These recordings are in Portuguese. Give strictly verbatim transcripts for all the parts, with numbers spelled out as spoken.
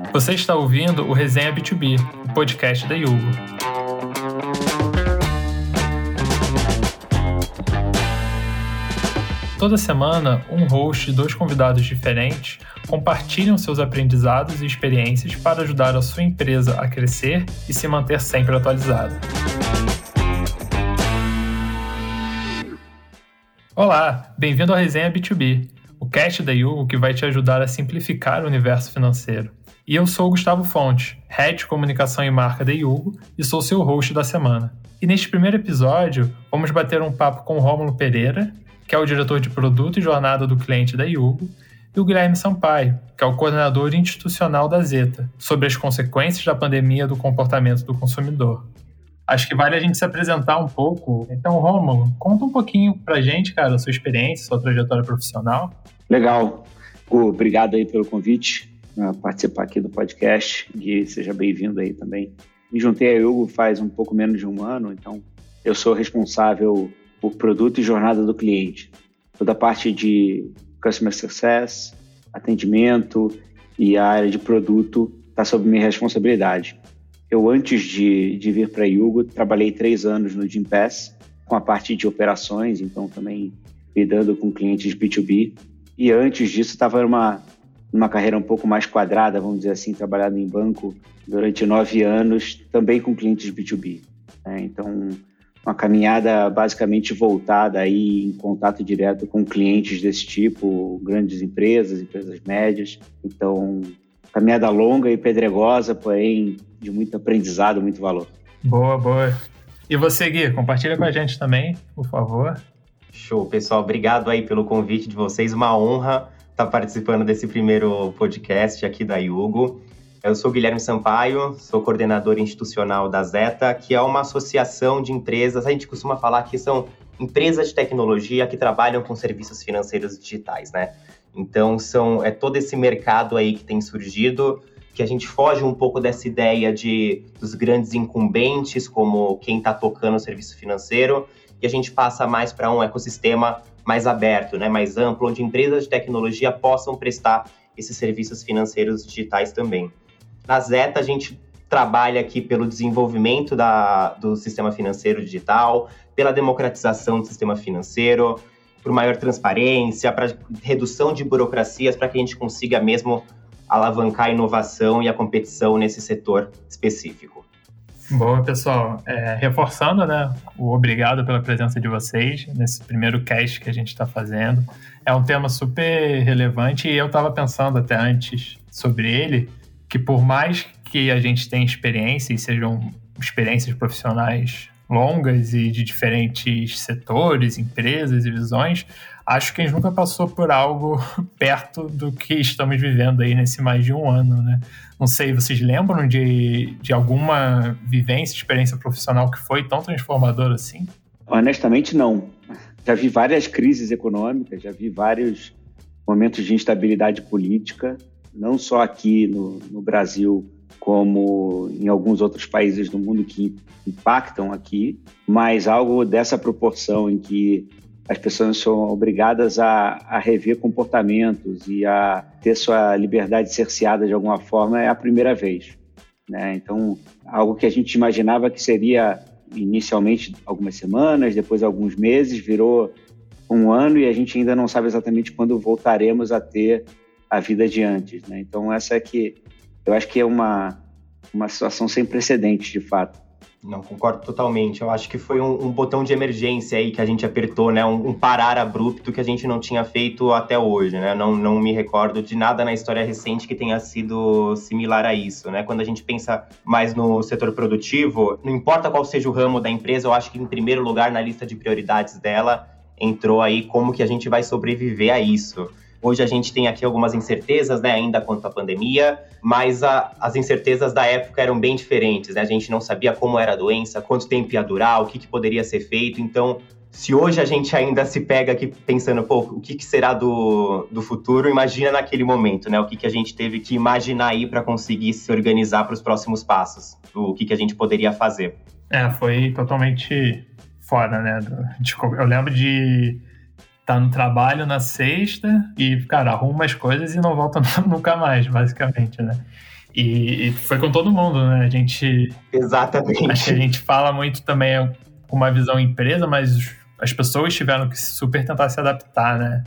Você está ouvindo o Resenha B dois B, o podcast da Yugo. Toda semana, um host e dois convidados diferentes compartilham seus aprendizados e experiências para ajudar a sua empresa a crescer e se manter sempre atualizada. Olá, bem-vindo ao Resenha B dois B, o cast da Yugo que vai te ajudar a simplificar o universo financeiro. E eu sou o Gustavo Fontes, Head de Comunicação e Marca da Yugo e sou seu host da semana. E neste primeiro episódio, vamos bater um papo com o Rômulo Pereira, que é o diretor de produto e jornada do cliente da Yugo, e o Guilherme Sampaio, que é o coordenador institucional da Zeta, sobre as consequências da pandemia do comportamento do consumidor. Acho que vale a gente se apresentar um pouco. Então, Rômulo, conta um pouquinho pra gente, cara, a sua experiência, sua trajetória profissional. Legal. Obrigado aí pelo convite a participar aqui do podcast. Gui, seja bem-vindo aí também. Me juntei a Yugo faz um pouco menos de um ano, então eu sou responsável por produto e jornada do cliente. Toda a parte de Customer Success, atendimento e a área de produto está sob minha responsabilidade. Eu, antes de, de vir para a Yugo, trabalhei três anos no Gympass, com a parte de operações, então também lidando com clientes B dois B. E antes disso, estava numa, numa carreira um pouco mais quadrada, vamos dizer assim, trabalhando em banco durante nove anos, também com clientes B dois B. Né? Então, uma caminhada basicamente voltada aí em contato direto com clientes desse tipo, grandes empresas, empresas médias. Então, caminhada longa e pedregosa, porém de muito aprendizado, muito valor. Boa, boa. E você, Gui, compartilha com a gente também, por favor. Show, pessoal. Obrigado aí pelo convite de vocês. Uma honra estar participando desse primeiro podcast aqui da Yugo. Eu sou Guilherme Sampaio, sou coordenador institucional da Zeta, que é uma associação de empresas. A gente costuma falar que são empresas de tecnologia que trabalham com serviços financeiros digitais, né? Então, são, é todo esse mercado aí que tem surgido, que a gente foge um pouco dessa ideia de, dos grandes incumbentes, como quem está tocando o serviço financeiro, e a gente passa mais para um ecossistema mais aberto, né, mais amplo, onde empresas de tecnologia possam prestar esses serviços financeiros digitais também. Na Zeta, a gente trabalha aqui pelo desenvolvimento da, do sistema financeiro digital, pela democratização do sistema financeiro, por maior transparência, para redução de burocracias, para que a gente consiga mesmo alavancar a inovação e a competição nesse setor específico. Boa, pessoal. É, reforçando, né, o obrigado pela presença de vocês nesse primeiro cast que a gente está fazendo. É um tema super relevante e eu estava pensando até antes sobre ele, que por mais que a gente tenha experiência e sejam experiências profissionais longas e de diferentes setores, empresas e visões, acho que a gente nunca passou por algo perto do que estamos vivendo aí nesse mais de um ano, né? Não sei, vocês lembram de, de alguma vivência, experiência profissional que foi tão transformadora assim? Honestamente, não. Já vi várias crises econômicas, já vi vários momentos de instabilidade política, não só aqui no, no Brasil, como em alguns outros países do mundo que impactam aqui, mas algo dessa proporção em que as pessoas são obrigadas a, a rever comportamentos e a ter sua liberdade cerceada de alguma forma é a primeira vez, né? Então, algo que a gente imaginava que seria inicialmente algumas semanas, depois alguns meses, virou um ano e a gente ainda não sabe exatamente quando voltaremos a ter a vida de antes, né? Então, essa é que eu acho que é uma, uma situação sem precedentes, de fato. Não, concordo totalmente. Eu acho que foi um, um botão de emergência aí que a gente apertou, né? Um, um parar abrupto que a gente não tinha feito até hoje, né? Não, não me recordo de nada na história recente que tenha sido similar a isso, né? Quando a gente pensa mais no setor produtivo, não importa qual seja o ramo da empresa, eu acho que em primeiro lugar na lista de prioridades dela entrou aí como que a gente vai sobreviver a isso. Hoje a gente tem aqui algumas incertezas, né, ainda quanto à pandemia, mas a, as incertezas da época eram bem diferentes, né? A gente não sabia como era a doença, quanto tempo ia durar, o que, que poderia ser feito. Então, se hoje a gente ainda se pega aqui pensando, pô, o que, que será do, do futuro, imagina naquele momento, né? O que, que a gente teve que imaginar aí para conseguir se organizar para os próximos passos, o que, que a gente poderia fazer. É, foi totalmente fora, né? Eu lembro de tá no trabalho na sexta e, cara, arruma as coisas e não volta nunca mais, basicamente, né? E, e foi com todo mundo, né? A gente... Exatamente. Acho que a gente fala muito também com uma visão empresa, mas as pessoas tiveram que super tentar se adaptar, né?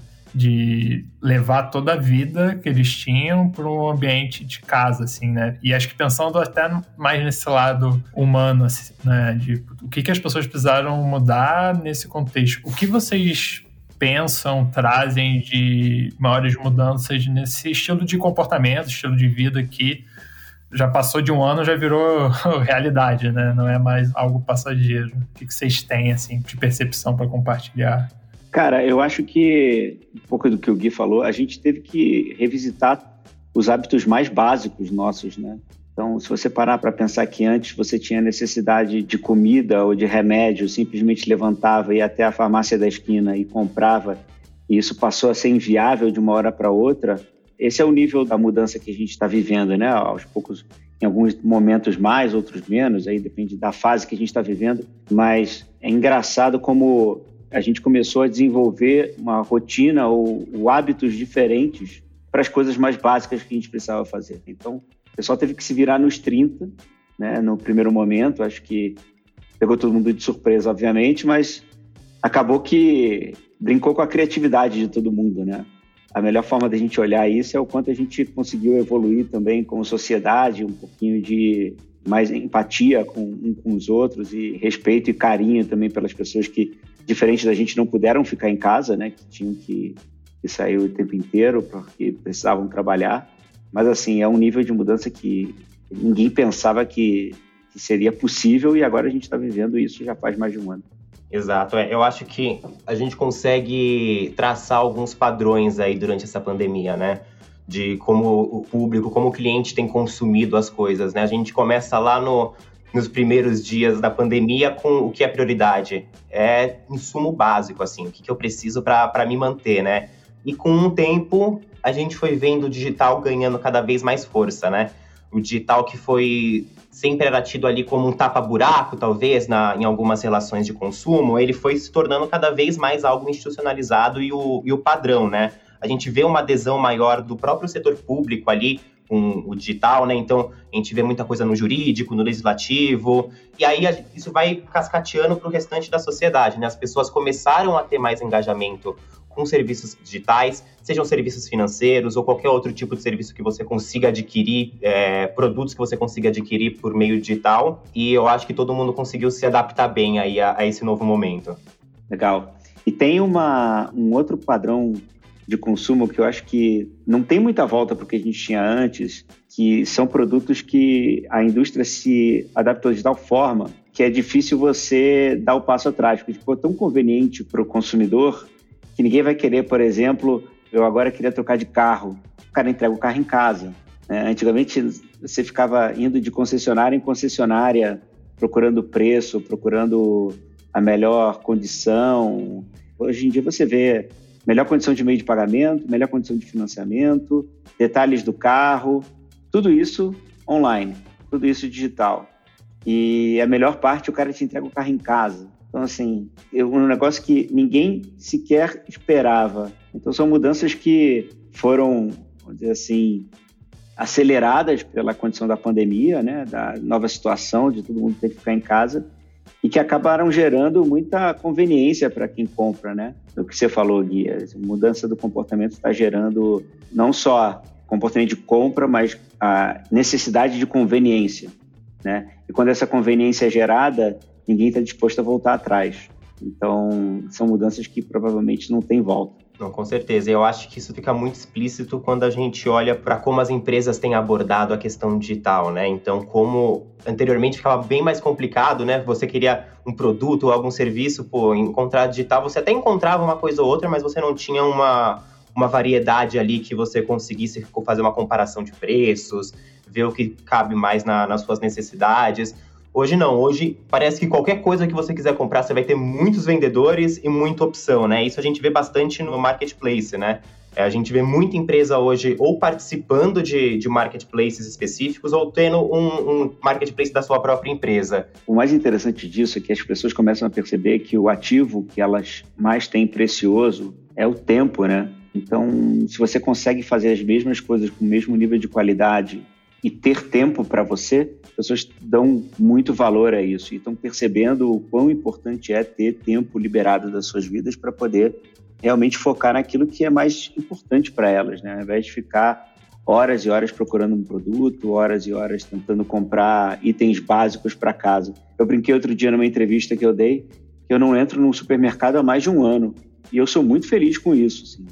De levar toda a vida que eles tinham para um ambiente de casa, assim, né? E acho que pensando até mais nesse lado humano, assim, né? De o que, que as pessoas precisaram mudar nesse contexto. O que vocês pensam, trazem de maiores mudanças nesse estilo de comportamento, estilo de vida que já passou de um ano, já virou realidade, né? Não é mais algo passageiro. O que, que vocês têm, assim, de percepção para compartilhar? Cara, eu acho que, um pouco do que o Gui falou, a gente teve que revisitar os hábitos mais básicos nossos, né? Então, se você parar para pensar que antes você tinha necessidade de comida ou de remédio, simplesmente levantava e ia até a farmácia da esquina e comprava, e isso passou a ser inviável de uma hora para outra, esse é o nível da mudança que a gente está vivendo, né? Aos poucos, em alguns momentos mais, outros menos, aí depende da fase que a gente está vivendo, mas é engraçado como a gente começou a desenvolver uma rotina ou, ou hábitos diferentes para as coisas mais básicas que a gente precisava fazer. Então, o pessoal teve que se virar nos trinta, né, no primeiro momento. Acho que pegou todo mundo de surpresa, obviamente, mas acabou que brincou com a criatividade de todo mundo, né? A melhor forma da gente olhar isso é o quanto a gente conseguiu evoluir também como sociedade, um pouquinho de mais empatia com, um com os outros e respeito e carinho também pelas pessoas que, diferente da gente, não puderam ficar em casa, né? Que tinham que, que sair o tempo inteiro porque precisavam trabalhar. Mas, assim, é um nível de mudança que ninguém pensava que, que seria possível e agora a gente está vivendo isso já faz mais de um ano. Exato. É, eu acho que a gente consegue traçar alguns padrões aí durante essa pandemia, né? De como o público, como o cliente tem consumido as coisas, né? A gente começa lá no, nos primeiros dias da pandemia com o que é prioridade. É insumo básico, assim, o que, que eu preciso para me manter, né? E com um tempo, a gente foi vendo o digital ganhando cada vez mais força, né? O digital que foi sempre era tido ali como um tapa-buraco, talvez, na, em algumas relações de consumo, ele foi se tornando cada vez mais algo institucionalizado e o, e o padrão, né? A gente vê uma adesão maior do próprio setor público ali com o digital, né? Então, a gente vê muita coisa no jurídico, no legislativo, e aí a, isso vai cascateando para o restante da sociedade, né? As pessoas começaram a ter mais engajamento com serviços digitais, sejam serviços financeiros ou qualquer outro tipo de serviço que você consiga adquirir, é, produtos que você consiga adquirir por meio digital, e eu acho que todo mundo conseguiu se adaptar bem aí a, a esse novo momento. Legal. E tem uma, um outro padrão de consumo que eu acho que não tem muita volta para o que a gente tinha antes, que são produtos que a indústria se adaptou de tal forma que é difícil você dar o passo atrás, porque ficou tão conveniente para o consumidor que ninguém vai querer, por exemplo, eu agora queria trocar de carro, o cara entrega o carro em casa, né? Antigamente você ficava indo de concessionária em concessionária, procurando preço, procurando a melhor condição. Hoje em dia você vê melhor condição de meio de pagamento, melhor condição de financiamento, detalhes do carro, tudo isso online, tudo isso digital. E a melhor parte, o cara te entrega o carro em casa. Então, assim, é um negócio que ninguém sequer esperava. Então, são mudanças que foram, vamos dizer assim, aceleradas pela condição da pandemia, né, da nova situação de todo mundo ter que ficar em casa, e que acabaram gerando muita conveniência para quem compra, né? O que você falou, Gui, a mudança do comportamento está gerando não só comportamento de compra, mas a necessidade de conveniência, né? E quando essa conveniência é gerada, ninguém está disposto a voltar atrás. Então, são mudanças que provavelmente não tem volta. Não, com certeza. Eu acho que isso fica muito explícito quando a gente olha para como as empresas têm abordado a questão digital, né? Então, como anteriormente ficava bem mais complicado, né? Você queria um produto ou algum serviço, pô, encontrar digital, você até encontrava uma coisa ou outra, mas você não tinha uma, uma variedade ali que você conseguisse fazer uma comparação de preços, ver o que cabe mais na, nas suas necessidades. Hoje não, hoje parece que qualquer coisa que você quiser comprar, você vai ter muitos vendedores e muita opção, né? Isso a gente vê bastante no marketplace, né? É, a gente vê muita empresa hoje ou participando de, de marketplaces específicos ou tendo um, um marketplace da sua própria empresa. O mais interessante disso é que as pessoas começam a perceber que o ativo que elas mais têm precioso é o tempo, né? Então, se você consegue fazer as mesmas coisas com o mesmo nível de qualidade e ter tempo para você, as pessoas dão muito valor a isso e estão percebendo o quão importante é ter tempo liberado das suas vidas para poder realmente focar naquilo que é mais importante para elas, né? Ao invés de ficar horas e horas procurando um produto, horas e horas tentando comprar itens básicos para casa. Eu brinquei outro dia numa entrevista que eu dei que eu não entro num supermercado há mais de um ano e eu sou muito feliz com isso, assim.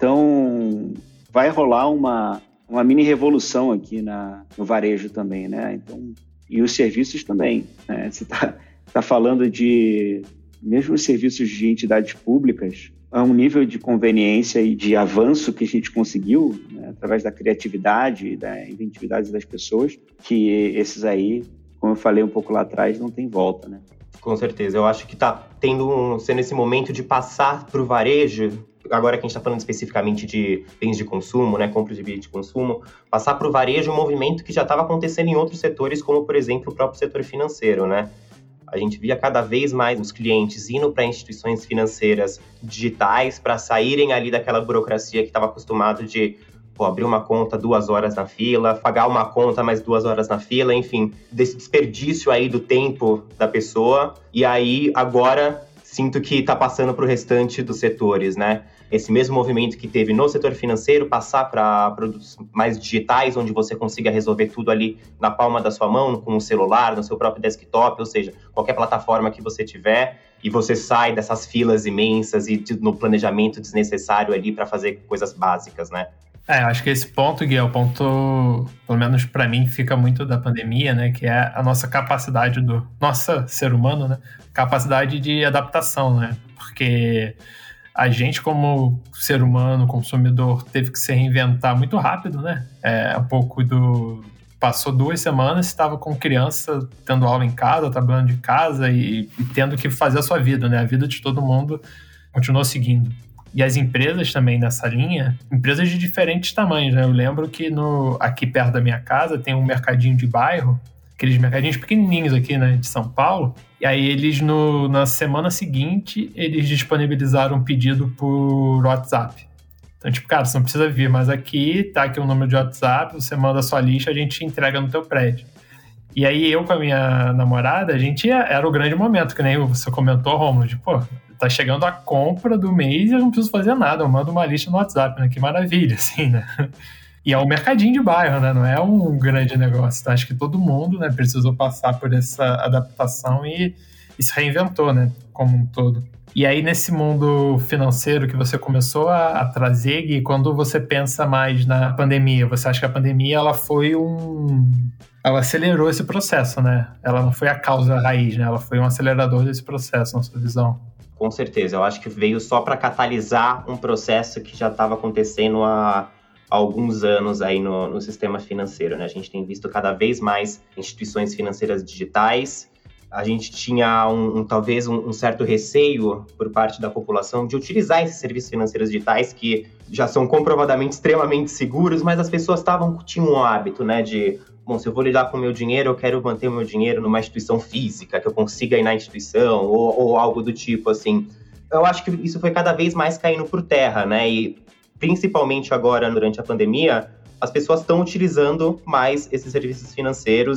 Então, vai rolar uma, uma mini revolução aqui na, no varejo também, né? Então, e os serviços também, né? Você está tá falando de, mesmo os serviços de entidades públicas, é um nível de conveniência e de avanço que a gente conseguiu, né, através da criatividade e da inventividade das pessoas, que esses aí, como eu falei um pouco lá atrás, não tem volta, né? Com certeza. Eu acho que está tendo um, sendo esse momento de passar para o varejo, agora que a gente está falando especificamente de bens de consumo, né, compra de bens de consumo, passar para o varejo um movimento que já estava acontecendo em outros setores, como, por exemplo, o próprio setor financeiro, né? A gente via cada vez mais os clientes indo para instituições financeiras digitais para saírem ali daquela burocracia que estava acostumado de pô, abrir uma conta duas horas na fila, pagar uma conta mais duas horas na fila, enfim, desse desperdício aí do tempo da pessoa. E aí, agora, sinto que está passando para o restante dos setores, né? Esse mesmo movimento que teve no setor financeiro, passar para produtos mais digitais, onde você consiga resolver tudo ali na palma da sua mão, com o celular, no seu próprio desktop, ou seja, qualquer plataforma que você tiver, e você sai dessas filas imensas e no planejamento desnecessário ali para fazer coisas básicas, né? É, eu acho que esse ponto, Gui, é o ponto, pelo menos para mim, fica muito da pandemia, né? Que é a nossa capacidade do nosso ser humano, né? Capacidade de adaptação, né? Porque a gente, como ser humano, consumidor, teve que se reinventar muito rápido, né? É, um pouco do... Passou duas semanas, estava com criança tendo aula em casa, trabalhando de casa e, e tendo que fazer a sua vida, né? A vida de todo mundo continuou seguindo. E as empresas também nessa linha, empresas de diferentes tamanhos, né? Eu lembro que no, aqui perto da minha casa tem um mercadinho de bairro, aqueles mercadinhos pequenininhos aqui, né, de São Paulo. E aí eles, no, na semana seguinte, eles disponibilizaram um pedido por WhatsApp. Então, tipo, cara, você não precisa vir, mas aqui tá aqui o número de WhatsApp, você manda a sua lista, a gente entrega no teu prédio. E aí eu com a minha namorada, a gente ia, era o grande momento, que nem você comentou, Rômulo, de, pô, tá chegando a compra do mês e eu não preciso fazer nada, eu mando uma lista no WhatsApp, né? Que maravilha, assim, né? E é um mercadinho de bairro, né? Não é um grande negócio. Então, acho que todo mundo, né, precisou passar por essa adaptação e, e se reinventou, né? Como um todo. E aí, nesse mundo financeiro que você começou a, a trazer, Gui, quando você pensa mais na pandemia, você acha que a pandemia, ela foi um... Ela acelerou esse processo, né? Ela não foi a causa raiz, né? Ela foi um acelerador desse processo, na sua visão. Com certeza. Eu acho que veio só para catalisar um processo que já estava acontecendo há alguns anos aí no, no sistema financeiro, né? A gente tem visto cada vez mais instituições financeiras digitais. A gente tinha um, um, talvez um, um certo receio por parte da população de utilizar esses serviços financeiros digitais que já são comprovadamente extremamente seguros, mas as pessoas tavam, tinham um hábito, né, de, bom, se eu vou lidar com o meu dinheiro, eu quero manter o meu dinheiro numa instituição física, que eu consiga ir na instituição, ou, ou algo do tipo, assim. Eu acho que isso foi cada vez mais caindo por terra, né, e principalmente agora, durante a pandemia, as pessoas estão utilizando mais esses serviços financeiros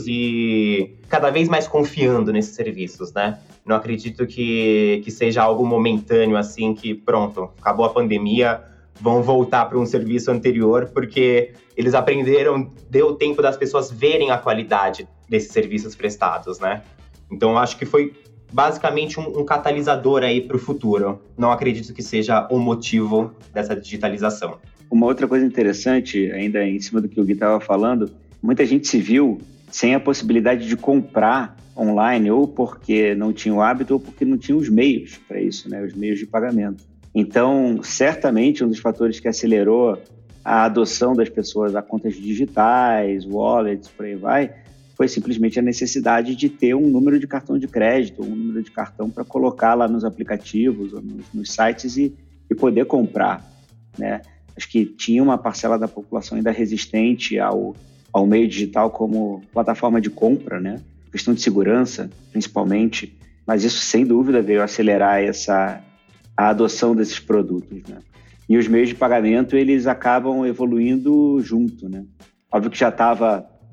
e cada vez mais confiando nesses serviços, né? Não acredito que, que seja algo momentâneo, assim, que pronto, acabou a pandemia, vão voltar para um serviço anterior, porque eles aprenderam, deu tempo das pessoas verem a qualidade desses serviços prestados, né? Então, eu acho que foi basicamente um, um catalisador aí para o futuro. Não acredito que seja o motivo dessa digitalização. Uma outra coisa interessante, ainda em cima do que o Gui estava falando, muita gente se viu sem a possibilidade de comprar online, ou porque não tinha o hábito, ou porque não tinha os meios para isso, né? Os meios de pagamento. Então, certamente, um dos fatores que acelerou a adoção das pessoas a contas digitais, wallets, por aí vai, foi simplesmente a necessidade de ter um número de cartão de crédito, um número de cartão para colocar lá nos aplicativos, ou nos, nos sites e, e poder comprar, né? Acho que tinha uma parcela da população ainda resistente ao, ao meio digital como plataforma de compra, né? Questão de segurança, principalmente, mas isso, sem dúvida, veio acelerar essa, a adoção desses produtos, né? E os meios de pagamento, eles acabam evoluindo junto, né? Óbvio que já estava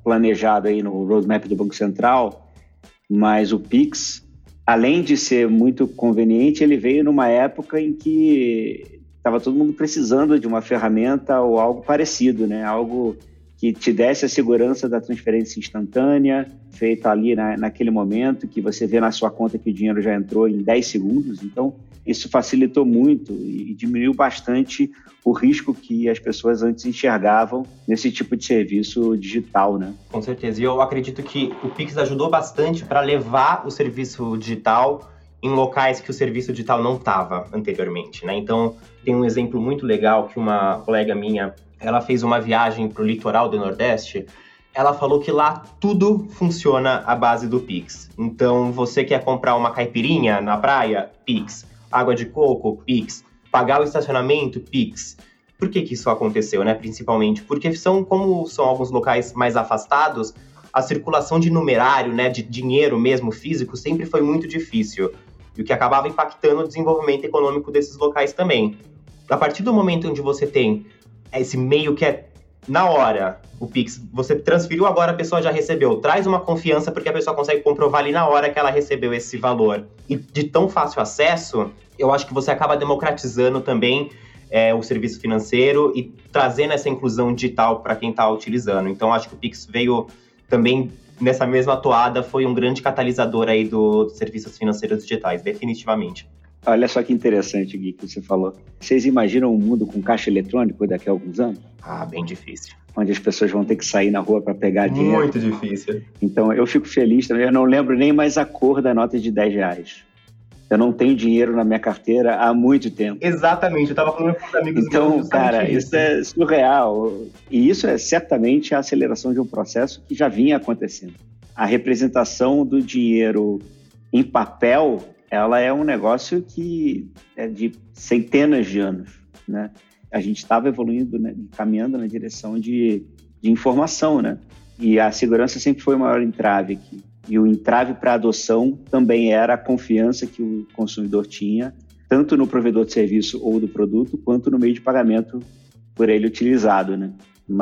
planejado aí no roadmap do Banco Central, mas o Pix, além de ser muito conveniente, ele veio numa época em que estava todo mundo precisando de uma ferramenta ou algo parecido, né? Algo que te desse a segurança da transferência instantânea, feita ali na, naquele momento, que você vê na sua conta que o dinheiro já entrou em dez segundos. Então, isso facilitou muito e diminuiu bastante o risco que as pessoas antes enxergavam nesse tipo de serviço digital, né? Com certeza. E eu acredito que o Pix ajudou bastante para levar o serviço digital em locais que o serviço digital não estava anteriormente, né? Então, tem um exemplo muito legal que uma colega minha, ela fez uma viagem para o litoral do Nordeste. Ela falou que lá tudo funciona à base do Pix. Então, você quer comprar uma caipirinha na praia? Pix. Água de coco? Pix. Pagar o estacionamento? Pix. Por que que isso aconteceu, né? Principalmente porque são, como são alguns locais mais afastados, a circulação de numerário, né, de dinheiro mesmo físico, sempre foi muito difícil. E o que acabava impactando o desenvolvimento econômico desses locais também. A partir do momento onde você tem esse meio que é na hora, o Pix, você transferiu agora, a pessoa já recebeu, traz uma confiança porque a pessoa consegue comprovar ali na hora que ela recebeu esse valor. E de tão fácil acesso, eu acho que você acaba democratizando também é, o serviço financeiro e trazendo essa inclusão digital para quem está utilizando. Então, acho que o Pix veio também nessa mesma toada, foi um grande catalisador aí do, dos serviços financeiros digitais, definitivamente. Olha só que interessante, Gui, que você falou. Vocês imaginam um mundo com caixa eletrônico daqui a alguns anos? Ah, bem difícil. Onde as pessoas vão ter que sair na rua para pegar dinheiro. Muito difícil. Então, eu fico feliz também. Eu não lembro nem mais a cor da nota de dez reais. Eu não tenho dinheiro na minha carteira há muito tempo. Exatamente. Eu estava falando com os amigos então, meus. Então, cara, isso. isso é surreal. E isso é certamente a aceleração de um processo que já vinha acontecendo. A representação do dinheiro em papel, ela é um negócio que é de centenas de anos, né? A gente estava evoluindo, né, caminhando na direção de, de informação, né? E a segurança sempre foi o maior entrave aqui. E o entrave para a adoção também era a confiança que o consumidor tinha, tanto no provedor de serviço ou do produto, quanto no meio de pagamento por ele utilizado, né?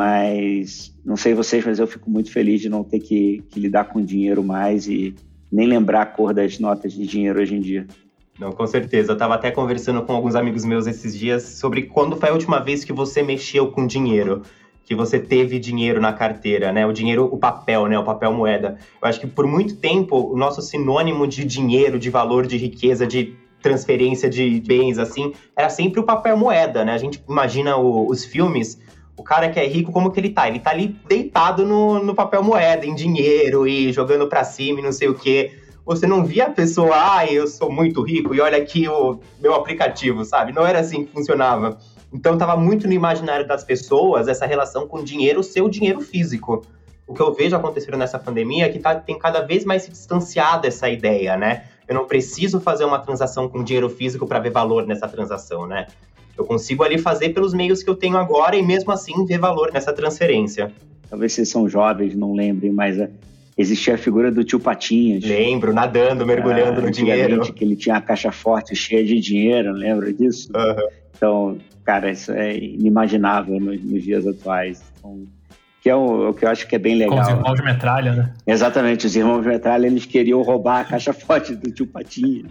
Mas, não sei vocês, mas eu fico muito feliz de não ter que, que lidar com dinheiro mais e nem lembrar a cor das notas de dinheiro hoje em dia. Não, com certeza. Eu estava até conversando com alguns amigos meus esses dias sobre quando foi a última vez que você mexeu com dinheiro, que você teve dinheiro na carteira, né? O dinheiro, o papel, né? O papel moeda. Eu acho que por muito tempo o nosso sinônimo de dinheiro, de valor, de riqueza, de transferência de bens, assim, era sempre o papel moeda, né? A gente imagina o, os filmes, o cara que é rico, como que ele tá? Ele tá ali deitado no, no papel moeda, em dinheiro e jogando pra cima e não sei o quê. Você não via a pessoa, ah, eu sou muito rico e olha aqui o meu aplicativo, sabe? Não era assim que funcionava. Então, estava muito no imaginário das pessoas essa relação com o dinheiro ser o dinheiro físico. O que eu vejo acontecendo nessa pandemia é que tá, tem cada vez mais se distanciado essa ideia, né? Eu não preciso fazer uma transação com dinheiro físico para ver valor nessa transação, né? Eu consigo ali fazer pelos meios que eu tenho agora e mesmo assim ver valor nessa transferência. Talvez vocês são jovens, não lembrem, mas existia a figura do tio Patinhas. Lembro, nadando, mergulhando ah, no dinheiro. Que ele tinha a caixa forte cheia de dinheiro, lembra disso? Uhum. Então, cara, isso é inimaginável nos, nos dias atuais. Então, que é o, o que eu acho que é bem legal. Com os irmãos de metralha, né? Exatamente, os irmãos de metralha, eles queriam roubar a caixa forte do tio Patinha.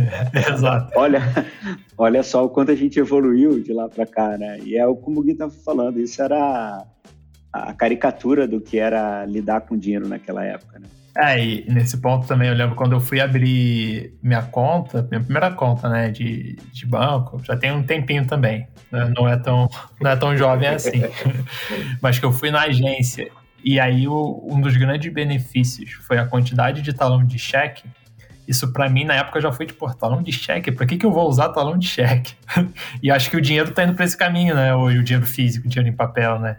Exato. Olha, olha só o quanto a gente evoluiu de lá para cá, né? E é como o Gui estava falando, isso era a caricatura do que era lidar com dinheiro naquela época, né? É, e nesse ponto também eu lembro quando eu fui abrir minha conta, minha primeira conta, né, de, de banco, já tem um tempinho também, né? não, é tão, não é tão jovem assim, mas que eu fui na agência e aí o, um dos grandes benefícios foi a quantidade de talão de cheque. Isso pra mim na época já foi tipo, talão de cheque, pra que que eu vou usar talão de cheque? E acho que o dinheiro tá indo pra esse caminho, né, hoje, o dinheiro físico, o dinheiro em papel, né?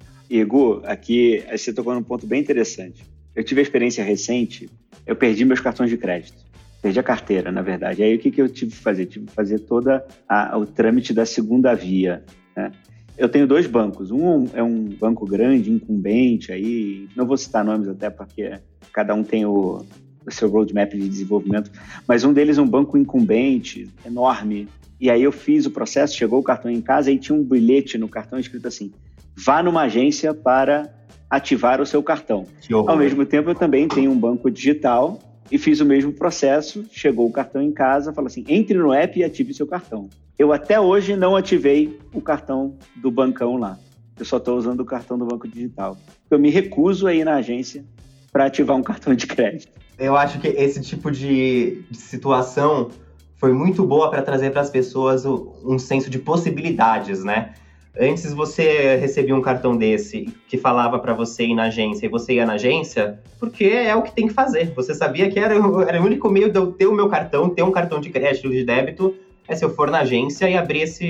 Igor, aqui você tocou num ponto bem interessante. Eu tive a experiência recente, eu perdi meus cartões de crédito. Perdi a carteira, na verdade. Aí o que, que eu tive que fazer? Tive que fazer todo o trâmite da segunda via, né? Eu tenho dois bancos. Um é um banco grande, incumbente, aí, não vou citar nomes até porque cada um tem o, o seu roadmap de desenvolvimento, mas um deles é um banco incumbente, enorme. E aí eu fiz o processo, chegou o cartão em casa e tinha um bilhete no cartão escrito assim: vá numa agência para ativar o seu cartão. Ao mesmo tempo, eu também tenho um banco digital e fiz o mesmo processo. Chegou o cartão em casa, fala assim, entre no app e ative seu cartão. Eu até hoje não ativei o cartão do bancão lá. Eu só estou usando o cartão do banco digital. Eu me recuso a ir na agência para ativar um cartão de crédito. Eu acho que esse tipo de, de situação foi muito boa para trazer para as pessoas um senso de possibilidades, né? Antes você recebia um cartão desse que falava para você ir na agência e você ia na agência porque é o que tem que fazer. Você sabia que era, era o único meio de eu ter o meu cartão, ter um cartão de crédito, de débito, é se eu for na agência e abrir esse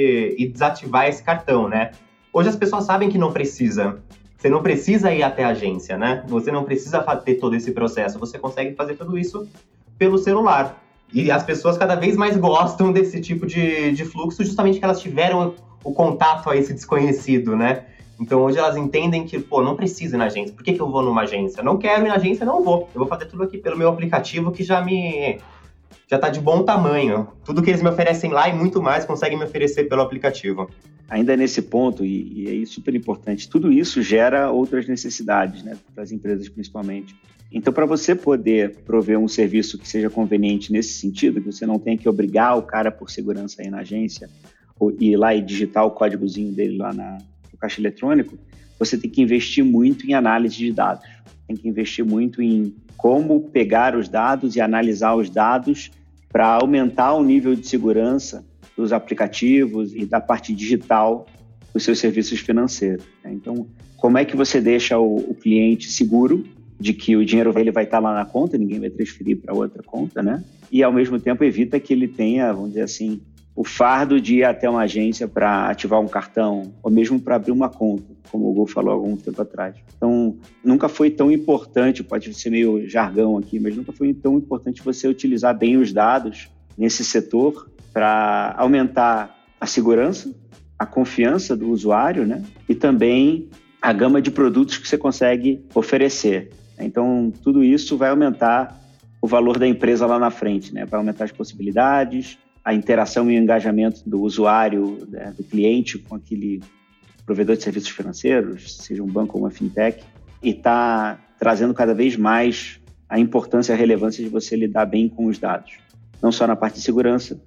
e desativar esse cartão, né? Hoje as pessoas sabem que não precisa. Você não precisa ir até a agência, né? Você não precisa ter todo esse processo. Você consegue fazer tudo isso pelo celular. E as pessoas cada vez mais gostam desse tipo de, de fluxo, justamente que elas tiveram o contato a esse desconhecido, né? Então hoje elas entendem que, pô, não precisa ir na agência. Por que que eu vou numa agência? Não quero ir na agência, não vou. Eu vou fazer tudo aqui pelo meu aplicativo que já me... já tá de bom tamanho. Tudo que eles me oferecem lá e muito mais conseguem me oferecer pelo aplicativo. Ainda nesse ponto, e, e é super importante, tudo isso gera outras necessidades, né, para as empresas principalmente. Então, para você poder prover um serviço que seja conveniente nesse sentido, que você não tenha que obrigar o cara por segurança aí na agência, ou ir lá e digitar o códigozinho dele lá na, no caixa eletrônico, você tem que investir muito em análise de dados. Tem que investir muito em como pegar os dados e analisar os dados para aumentar o nível de segurança dos aplicativos e da parte digital dos seus serviços financeiros. Então, como é que você deixa o, o cliente seguro de que o dinheiro dele vai estar lá na conta, ninguém vai transferir para outra conta, né? E, ao mesmo tempo, evita que ele tenha, vamos dizer assim, o fardo de ir até uma agência para ativar um cartão ou mesmo para abrir uma conta, como o Hugo falou há algum tempo atrás. Então, nunca foi tão importante, pode ser meio jargão aqui, mas nunca foi tão importante você utilizar bem os dados nesse setor para aumentar a segurança, a confiança do usuário, né? E também a gama de produtos que você consegue oferecer. Então, tudo isso vai aumentar o valor da empresa lá na frente, né? Vai aumentar as possibilidades, a interação e o engajamento do usuário, né, do cliente com aquele provedor de serviços financeiros, seja um banco ou uma fintech, e está trazendo cada vez mais a importância e a relevância de você lidar bem com os dados. Não só na parte de segurança,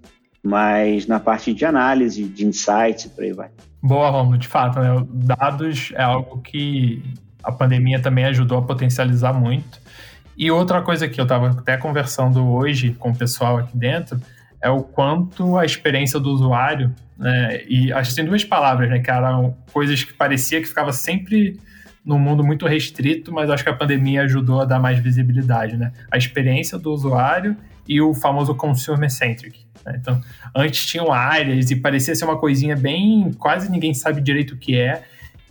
mas na parte de análise, de insights e por aí vai. Boa, Romulo, de fato, né? Dados é algo que a pandemia também ajudou a potencializar muito. E outra coisa que eu estava até conversando hoje com o pessoal aqui dentro é o quanto a experiência do usuário, né? E acho que tem duas palavras, né? Que eram coisas que parecia que ficava sempre num mundo muito restrito, mas acho que a pandemia ajudou a dar mais visibilidade, né? A experiência do usuário e o famoso consumer-centric. Então, antes tinham áreas e parecia ser uma coisinha bem... quase ninguém sabe direito o que é.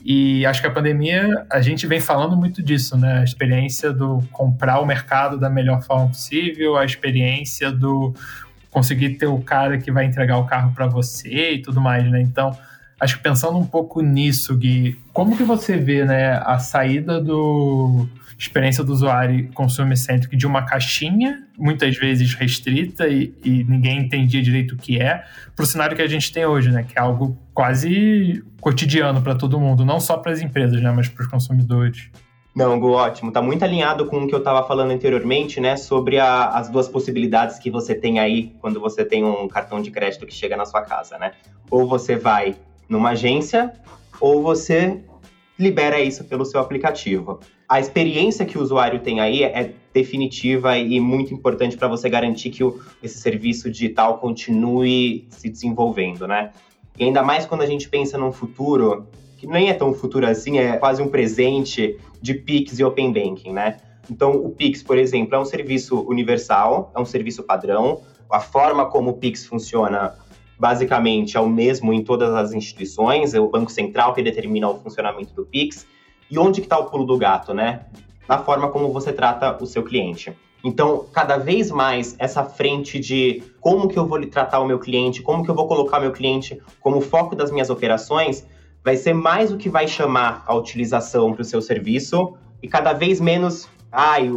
E acho que a pandemia, a gente vem falando muito disso, né? A experiência do comprar o mercado da melhor forma possível, a experiência do conseguir ter o cara que vai entregar o carro para você e tudo mais, né? Então, acho que pensando um pouco nisso, Gui, como que você vê, né, a saída do... experiência do usuário consumer-centric de uma caixinha, muitas vezes restrita e, e ninguém entendia direito o que é, para o cenário que a gente tem hoje, né? Que é algo quase cotidiano para todo mundo, não só para as empresas, né? Mas para os consumidores. Não, Gu, ótimo. Está muito alinhado com o que eu estava falando anteriormente, né? Sobre a, as duas possibilidades que você tem aí quando você tem um cartão de crédito que chega na sua casa, né? Ou você vai numa agência, ou você libera isso pelo seu aplicativo. A experiência que o usuário tem aí é definitiva e muito importante para você garantir que o, esse serviço digital continue se desenvolvendo, né? E ainda mais quando a gente pensa num futuro, que nem é tão futuro assim, é quase um presente de Pix e Open Banking, né? Então, o Pix, por exemplo, é um serviço universal, é um serviço padrão. A forma como o Pix funciona, basicamente, é o mesmo em todas as instituições. É o Banco Central que determina o funcionamento do Pix. E onde que está o pulo do gato, né? Na forma como você trata o seu cliente. Então, cada vez mais, essa frente de como que eu vou tratar o meu cliente, como que eu vou colocar o meu cliente como foco das minhas operações, vai ser mais o que vai chamar a utilização para o seu serviço e cada vez menos, ai,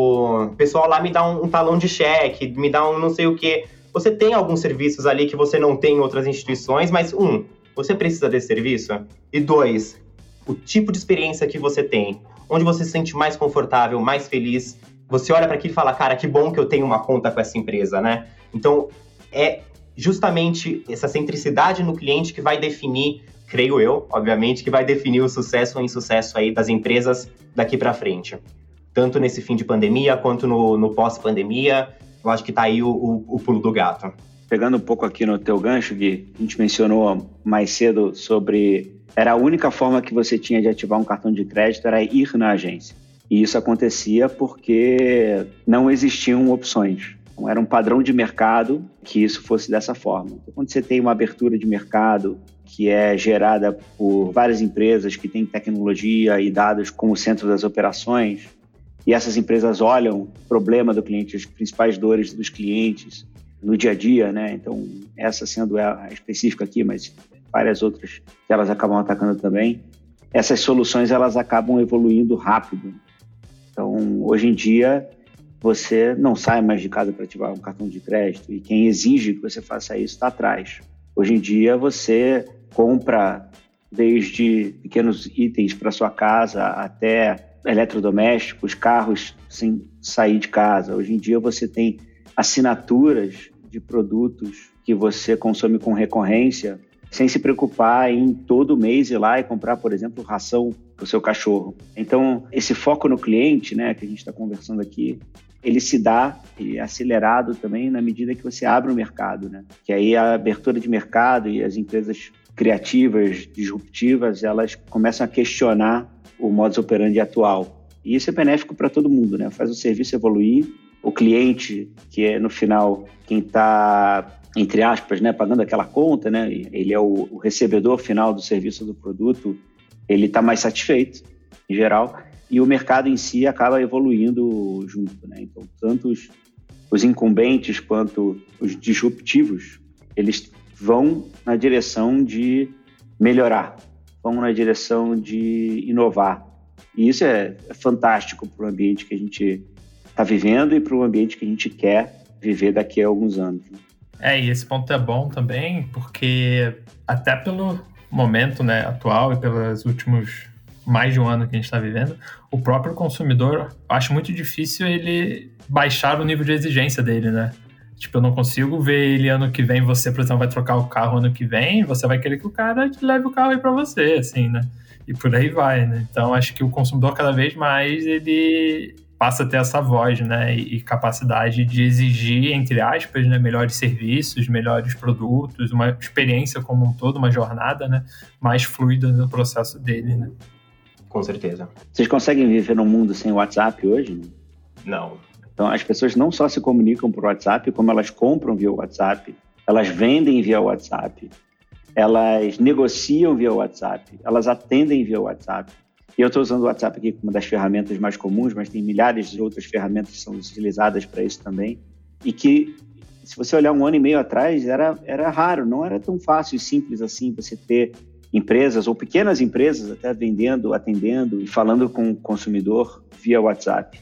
o pessoal lá me dá um, um talão de cheque, me dá um não sei o quê. Você tem alguns serviços ali que você não tem em outras instituições, mas um, você precisa desse serviço? E dois, o tipo de experiência que você tem, onde você se sente mais confortável, mais feliz. Você olha para aquilo e fala, cara, que bom que eu tenho uma conta com essa empresa, né? Então, é justamente essa centricidade no cliente que vai definir, creio eu, obviamente, que vai definir o sucesso ou insucesso aí das empresas daqui para frente. Tanto nesse fim de pandemia, quanto no, no pós-pandemia, eu acho que tá aí o, o, o pulo do gato. Pegando um pouco aqui no teu gancho, Gui, a gente mencionou mais cedo sobre... Era a única forma que você tinha de ativar um cartão de crédito, era ir na agência. E isso acontecia porque não existiam opções. Então, era um padrão de mercado que isso fosse dessa forma. Então, quando você tem uma abertura de mercado que é gerada por várias empresas que têm tecnologia e dados como centro das operações, e essas empresas olham o problema do cliente, as principais dores dos clientes no dia a dia, né? Então, essa sendo a específica aqui, mas várias outras que elas acabam atacando também, essas soluções elas acabam evoluindo rápido. Então, hoje em dia, você não sai mais de casa para ativar um cartão de crédito e quem exige que você faça isso está atrás. Hoje em dia, você compra desde pequenos itens para sua casa até eletrodomésticos, carros sem sair de casa. Hoje em dia, você tem assinaturas de produtos que você consome com recorrência sem se preocupar em todo mês ir lá e comprar, por exemplo, ração para o seu cachorro. Então, esse foco no cliente, né, que a gente está conversando aqui, ele se dá e é acelerado também na medida que você abre o mercado, né? Que aí a abertura de mercado e as empresas criativas, disruptivas, elas começam a questionar o modus operandi atual. E isso é benéfico para todo mundo, né? Faz o serviço evoluir, o cliente, que é no final quem está, entre aspas, né, pagando aquela conta, né? Ele é o, o recebedor final do serviço do produto, ele está mais satisfeito, em geral, e o mercado em si acaba evoluindo junto, né? Então, tanto os, os incumbentes quanto os disruptivos, eles vão na direção de melhorar, vão na direção de inovar. E isso é, é fantástico para o ambiente que a gente está vivendo e para o ambiente que a gente quer viver daqui a alguns anos. É, e esse ponto é bom também, porque até pelo momento, né, atual e pelos últimos mais de um ano que a gente está vivendo, o próprio consumidor, acho muito difícil ele baixar o nível de exigência dele, né? Tipo, eu não consigo ver ele ano que vem, você, por exemplo, vai trocar o carro ano que vem, você vai querer que o cara te leve o carro aí para você, assim, né? E por aí vai, né? Então, acho que o consumidor, cada vez mais, ele passa a ter essa voz, né? E, e capacidade de exigir, entre aspas, né? Melhores serviços, melhores produtos, uma experiência como um todo, uma jornada, né? Mais fluida no processo dele, né? Com certeza. Vocês conseguem viver num mundo sem WhatsApp hoje? Não. Então, as pessoas não só se comunicam por WhatsApp, como elas compram via WhatsApp, elas vendem via WhatsApp, elas negociam via WhatsApp, elas atendem via WhatsApp. E eu estou usando o WhatsApp aqui como uma das ferramentas mais comuns, mas tem milhares de outras ferramentas que são utilizadas para isso também. E que, se você olhar um ano e meio atrás, era, era raro, não era tão fácil e simples assim você ter empresas ou pequenas empresas até vendendo, atendendo e falando com o consumidor via WhatsApp.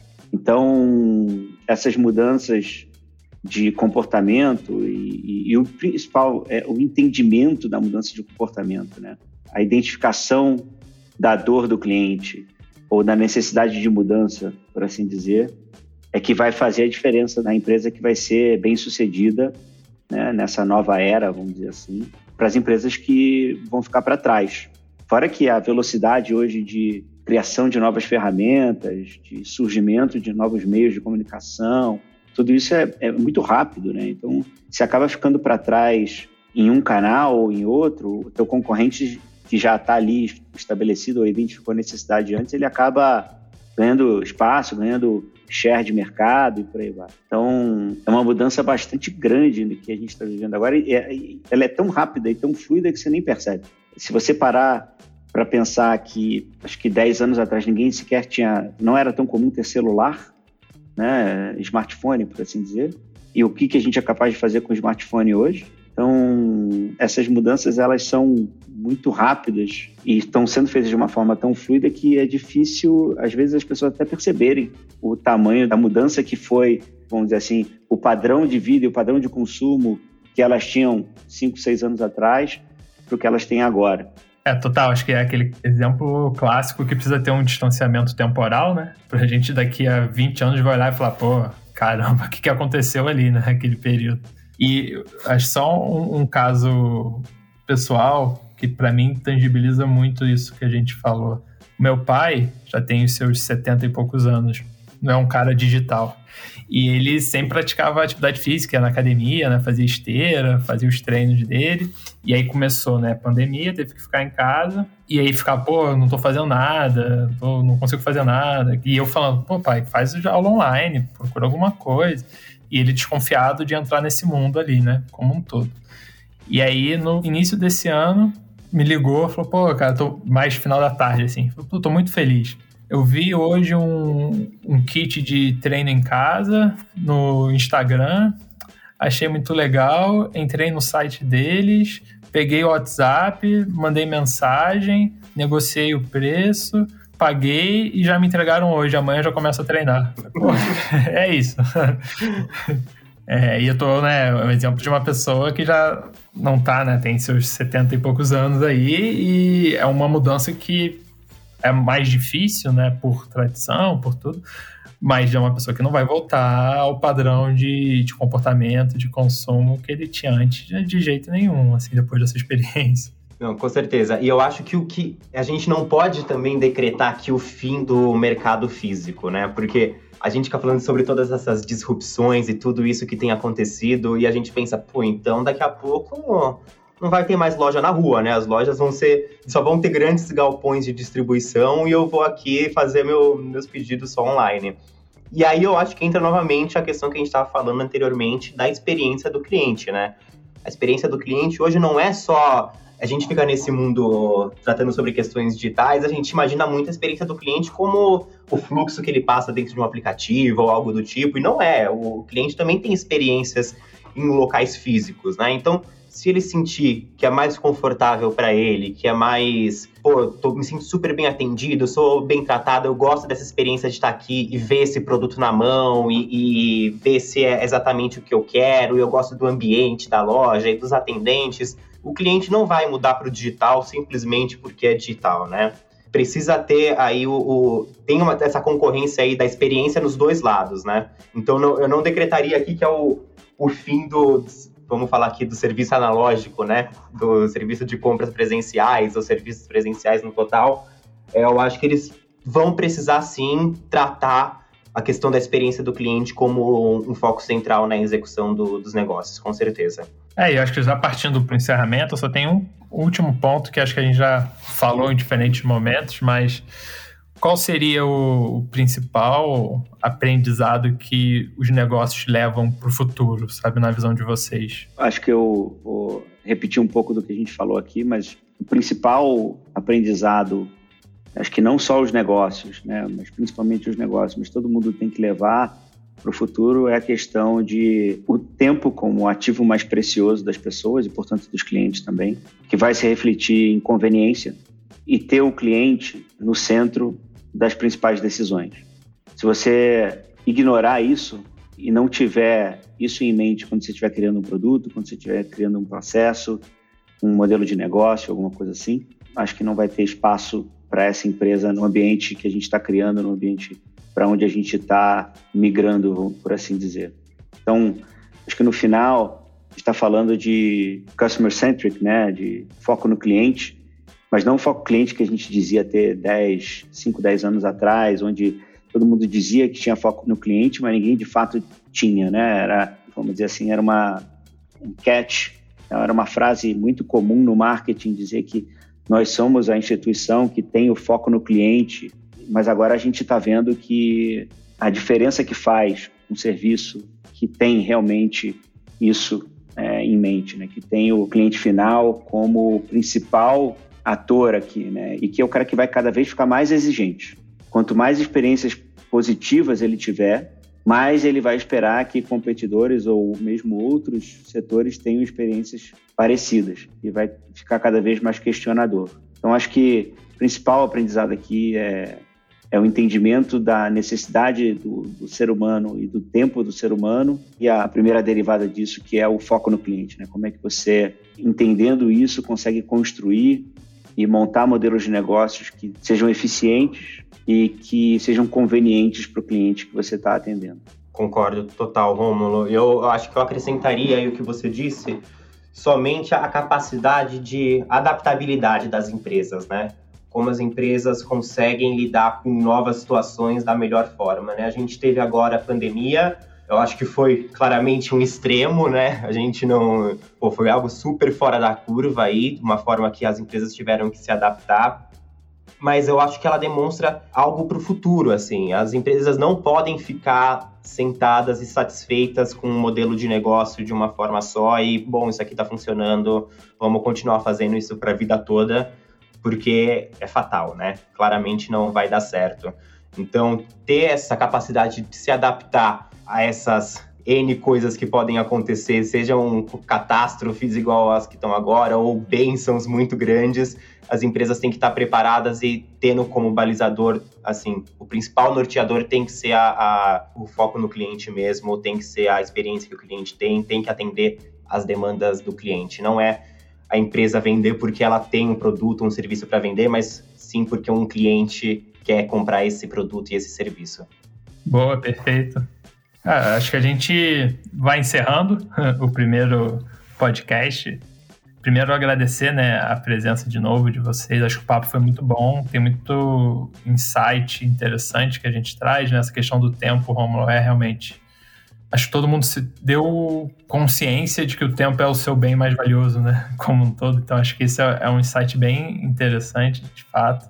Então, essas mudanças de comportamento e, e, e o principal é o entendimento da mudança de comportamento, né? A identificação da dor do cliente ou da necessidade de mudança, por assim dizer, é que vai fazer a diferença na empresa que vai ser bem-sucedida, né, nessa nova era, vamos dizer assim, para as empresas que vão ficar para trás. Fora que a velocidade hoje de criação de novas ferramentas, de surgimento de novos meios de comunicação, tudo isso é, é muito rápido, né? Então, se acaba ficando para trás em um canal ou em outro, o teu concorrente que já está ali estabelecido ou identificou a necessidade antes, ele acaba ganhando espaço, ganhando share de mercado e por aí vai. Então, é uma mudança bastante grande que a gente está vivendo agora e é, ela é tão rápida e tão fluida que você nem percebe. Se você parar para pensar que, acho que dez anos atrás, ninguém sequer tinha, não era tão comum ter celular, né, smartphone, por assim dizer, e o que, que a gente é capaz de fazer com o smartphone hoje. Então, essas mudanças, elas são muito rápidas e estão sendo feitas de uma forma tão fluida que é difícil, às vezes, as pessoas até perceberem o tamanho da mudança que foi, vamos dizer assim, o padrão de vida e o padrão de consumo que elas tinham cinco, seis anos atrás para o que elas têm agora. É, total, acho que é aquele exemplo clássico que precisa ter um distanciamento temporal, né? Pra gente daqui a vinte anos vai olhar e falar, pô, caramba, o que, que aconteceu ali, né, naquele período. E acho só um, um caso pessoal que pra mim tangibiliza muito isso que a gente falou. Meu pai já tem os seus setenta e poucos anos, não é um cara digital. E ele sempre praticava atividade física na academia, né? Fazia esteira, fazia os treinos dele. E aí começou, né, a pandemia, teve que ficar em casa. E aí ficava, pô, não tô fazendo nada, tô, não consigo fazer nada. E eu falando, pô, pai, faz aula online, procura alguma coisa. E ele desconfiado de entrar nesse mundo ali, né, como um todo. E aí, no início desse ano, me ligou, falou, pô, cara, tô mais final da tarde, assim. Falei, tô muito feliz. Eu vi hoje um, um kit de treino em casa no Instagram, achei muito legal, entrei no site deles, peguei o WhatsApp, mandei mensagem, negociei o preço, paguei e já me entregaram hoje, amanhã já começo a treinar. Pô, é isso. É, e eu tô, né, um exemplo de uma pessoa que já não tá, né, tem seus setenta e poucos anos aí, e é uma mudança que é mais difícil, né, por tradição, por tudo, mas é uma pessoa que não vai voltar ao padrão de, de comportamento, de consumo que ele tinha antes de, de jeito nenhum, assim, depois dessa experiência. Não, com certeza. E eu acho que o que a gente não pode também decretar aqui o fim do mercado físico, né, porque a gente fica falando sobre todas essas disrupções e tudo isso que tem acontecido e a gente pensa, pô, então daqui a pouco não vai ter mais loja na rua, né? As lojas vão ser, só vão ter grandes galpões de distribuição e eu vou aqui fazer meu, meus pedidos só online. E aí eu acho que entra novamente a questão que a gente estava falando anteriormente da experiência do cliente, né? A experiência do cliente hoje não é só... A gente fica nesse mundo tratando sobre questões digitais, a gente imagina muito a experiência do cliente como o fluxo que ele passa dentro de um aplicativo ou algo do tipo, e não é. O cliente também tem experiências em locais físicos, né? Então, se ele sentir que é mais confortável para ele, que é mais, pô, tô, me sinto super bem atendido, sou bem tratado, eu gosto dessa experiência de estar aqui e ver esse produto na mão e, e ver se é exatamente o que eu quero, e eu gosto do ambiente da loja e dos atendentes, o cliente não vai mudar para o digital simplesmente porque é digital, né? Precisa ter aí o... o tem uma, essa concorrência aí da experiência nos dois lados, né? Então, não, eu não decretaria aqui que é o, o fim do... Vamos falar aqui do serviço analógico, né? Do serviço de compras presenciais, ou serviços presenciais no total. É, eu acho que eles vão precisar, sim, tratar a questão da experiência do cliente como um foco central na execução do, dos negócios, com certeza. É, e eu acho que já partindo para o encerramento, eu só tenho um último ponto que acho que a gente já falou em diferentes momentos, mas qual seria o, o principal aprendizado que os negócios levam para o futuro, sabe, na visão de vocês? Acho que eu vou repetir um pouco do que a gente falou aqui, mas o principal aprendizado, acho que não só os negócios, né, mas principalmente os negócios, mas todo mundo tem que levar para o futuro é a questão de o tempo como ativo mais precioso das pessoas e, portanto, dos clientes também, que vai se refletir em conveniência e ter o cliente no centro das principais decisões. Se você ignorar isso e não tiver isso em mente quando você estiver criando um produto, quando você estiver criando um processo, um modelo de negócio, alguma coisa assim, acho que não vai ter espaço para essa empresa no ambiente que a gente está criando, no ambiente para onde a gente está migrando, por assim dizer. Então, acho que no final, a gente está falando de customer-centric, né, de foco no cliente, mas não o foco cliente que a gente dizia ter dez, cinco, dez anos atrás, onde todo mundo dizia que tinha foco no cliente, mas ninguém de fato tinha, né? Era, vamos dizer assim, era uma, um catch, era uma frase muito comum no marketing dizer que nós somos a instituição que tem o foco no cliente, mas agora a gente está vendo que a diferença que faz um serviço que tem realmente isso é, em mente, né? Que tem o cliente final como principal ator aqui, né? E que é o cara que vai cada vez ficar mais exigente. Quanto mais experiências positivas ele tiver, mais ele vai esperar que competidores ou mesmo outros setores tenham experiências parecidas e vai ficar cada vez mais questionador. Então, acho que o principal aprendizado aqui é, é o entendimento da necessidade do, do ser humano e do tempo do ser humano e a primeira derivada disso, que é o foco no cliente, né? Como é que você, entendendo isso, consegue construir e montar modelos de negócios que sejam eficientes e que sejam convenientes para o cliente que você está atendendo. Concordo total, Rômulo. Eu acho que eu acrescentaria aí o que você disse, somente a capacidade de adaptabilidade das empresas, né? Como as empresas conseguem lidar com novas situações da melhor forma, né? A gente teve agora a pandemia, eu acho que foi claramente um extremo, né? A gente não... Pô, foi algo super fora da curva aí, de uma forma que as empresas tiveram que se adaptar. Mas eu acho que ela demonstra algo para o futuro, assim. As empresas não podem ficar sentadas e satisfeitas com um modelo de negócio de uma forma só e, bom, isso aqui está funcionando, vamos continuar fazendo isso para a vida toda, porque é fatal, né? Claramente não vai dar certo. Então, ter essa capacidade de se adaptar a essas N coisas que podem acontecer, sejam catástrofes igual as que estão agora, ou bênçãos muito grandes, as empresas têm que estar preparadas e tendo como balizador, assim, o principal norteador tem que ser a, a, o foco no cliente mesmo, tem que ser a experiência que o cliente tem, tem que atender as demandas do cliente. Não é a empresa vender porque ela tem um produto, um serviço para vender, mas sim porque um cliente quer comprar esse produto e esse serviço. Boa, perfeito. Ah, acho que a gente vai encerrando o primeiro podcast. Primeiro, agradecer, né, a presença de novo de vocês. Acho que o papo foi muito bom. Tem muito insight interessante que a gente traz, né? Essa questão do tempo, Rômulo, é realmente... Acho que todo mundo se deu consciência de que o tempo é o seu bem mais valioso, né? Como um todo. Então, acho que isso é um insight bem interessante, de fato.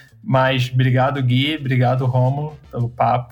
Mas obrigado, Gui. Obrigado, Rômulo, pelo papo.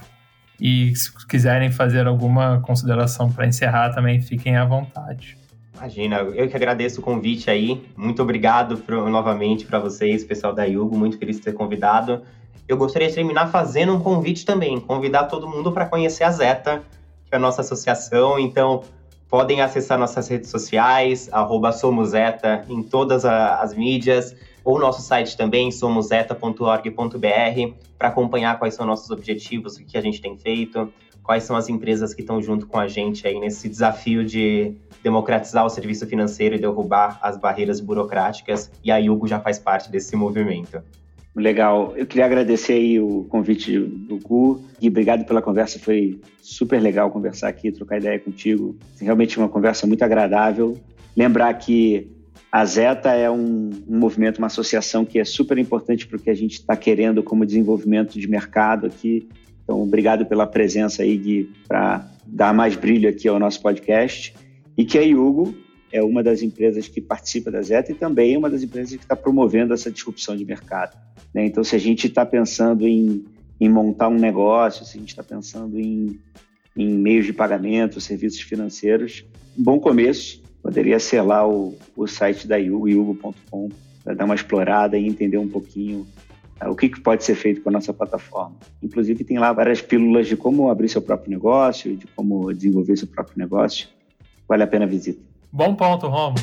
E se quiserem fazer alguma consideração para encerrar também, fiquem à vontade. Imagina, eu que agradeço o convite aí. Muito obrigado pro, novamente para vocês, pessoal da Yugo. Muito feliz de ter convidado. Eu gostaria de terminar fazendo um convite também. Convidar todo mundo para conhecer a Zeta, que é a nossa associação. Então, podem acessar nossas redes sociais, arroba SomosZeta, em todas as mídias. Ou nosso site também, somos zeta ponto org ponto b r, para acompanhar quais são nossos objetivos, o que a gente tem feito, quais são as empresas que estão junto com a gente aí nesse desafio de democratizar o serviço financeiro e derrubar as barreiras burocráticas, e a Yugo já faz parte desse movimento. Legal. Eu queria agradecer aí o convite do Gu. Gui, obrigado pela conversa, foi super legal conversar aqui, trocar ideia contigo. Realmente uma conversa muito agradável. Lembrar que a Zeta é um, um movimento, uma associação que é super importante para o que a gente está querendo como desenvolvimento de mercado aqui. Então, obrigado pela presença aí, Gui, para dar mais brilho aqui ao nosso podcast. E que a Yugo é uma das empresas que participa da Zeta e também é uma das empresas que está promovendo essa disrupção de mercado, né? Então, se a gente está pensando em, em montar um negócio, se a gente está pensando em, em meios de pagamento, serviços financeiros, um bom começo poderia ser lá o, o site da Yugo, yugo ponto com, para dar uma explorada e entender um pouquinho uh, o que, que pode ser feito com a nossa plataforma. Inclusive, tem lá várias pílulas de como abrir seu próprio negócio, de como desenvolver seu próprio negócio. Vale a pena a visita. Bom ponto, Romo.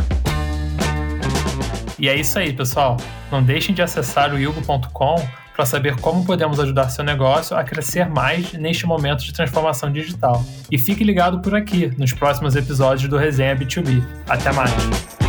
E é isso aí, pessoal. Não deixem de acessar o yugo ponto com para saber como podemos ajudar seu negócio a crescer mais neste momento de transformação digital. E fique ligado por aqui, nos próximos episódios do Resenha B dois B. Até mais!